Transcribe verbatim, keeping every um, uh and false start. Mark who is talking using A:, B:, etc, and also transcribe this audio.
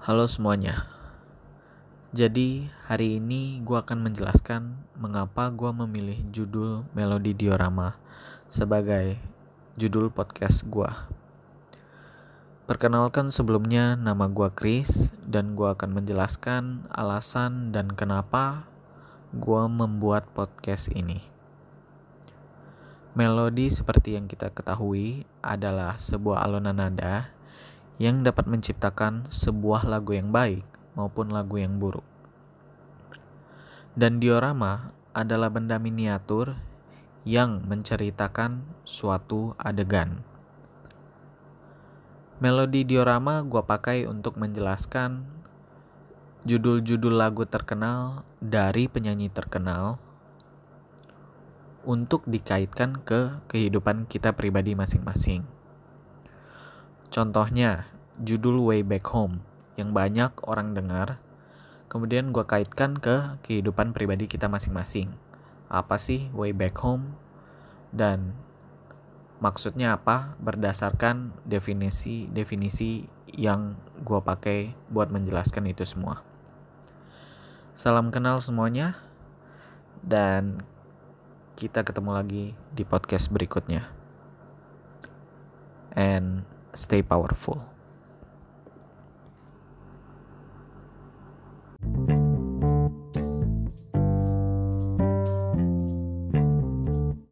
A: Halo semuanya. Jadi hari ini gue akan menjelaskan mengapa gue memilih judul Melodi Diorama sebagai judul podcast gue. Perkenalkan sebelumnya, nama gue Chris dan gue akan menjelaskan alasan dan kenapa gue membuat podcast ini. Melodi seperti yang kita ketahui adalah sebuah alunan nada yang dapat menciptakan sebuah lagu yang baik maupun lagu yang buruk. Dan diorama adalah benda miniatur yang menceritakan suatu adegan. Melodi diorama gua pakai untuk menjelaskan judul-judul lagu terkenal dari penyanyi terkenal untuk dikaitkan ke kehidupan kita pribadi masing-masing. Contohnya, judul Way Back Home yang banyak orang dengar, kemudian gue kaitkan ke kehidupan pribadi kita masing-masing. Apa sih Way Back Home? Dan maksudnya apa? Berdasarkan definisi-definisi yang gue pakai buat menjelaskan itu semua. Salam kenal semuanya, dan kita ketemu lagi di podcast berikutnya. And stay powerful.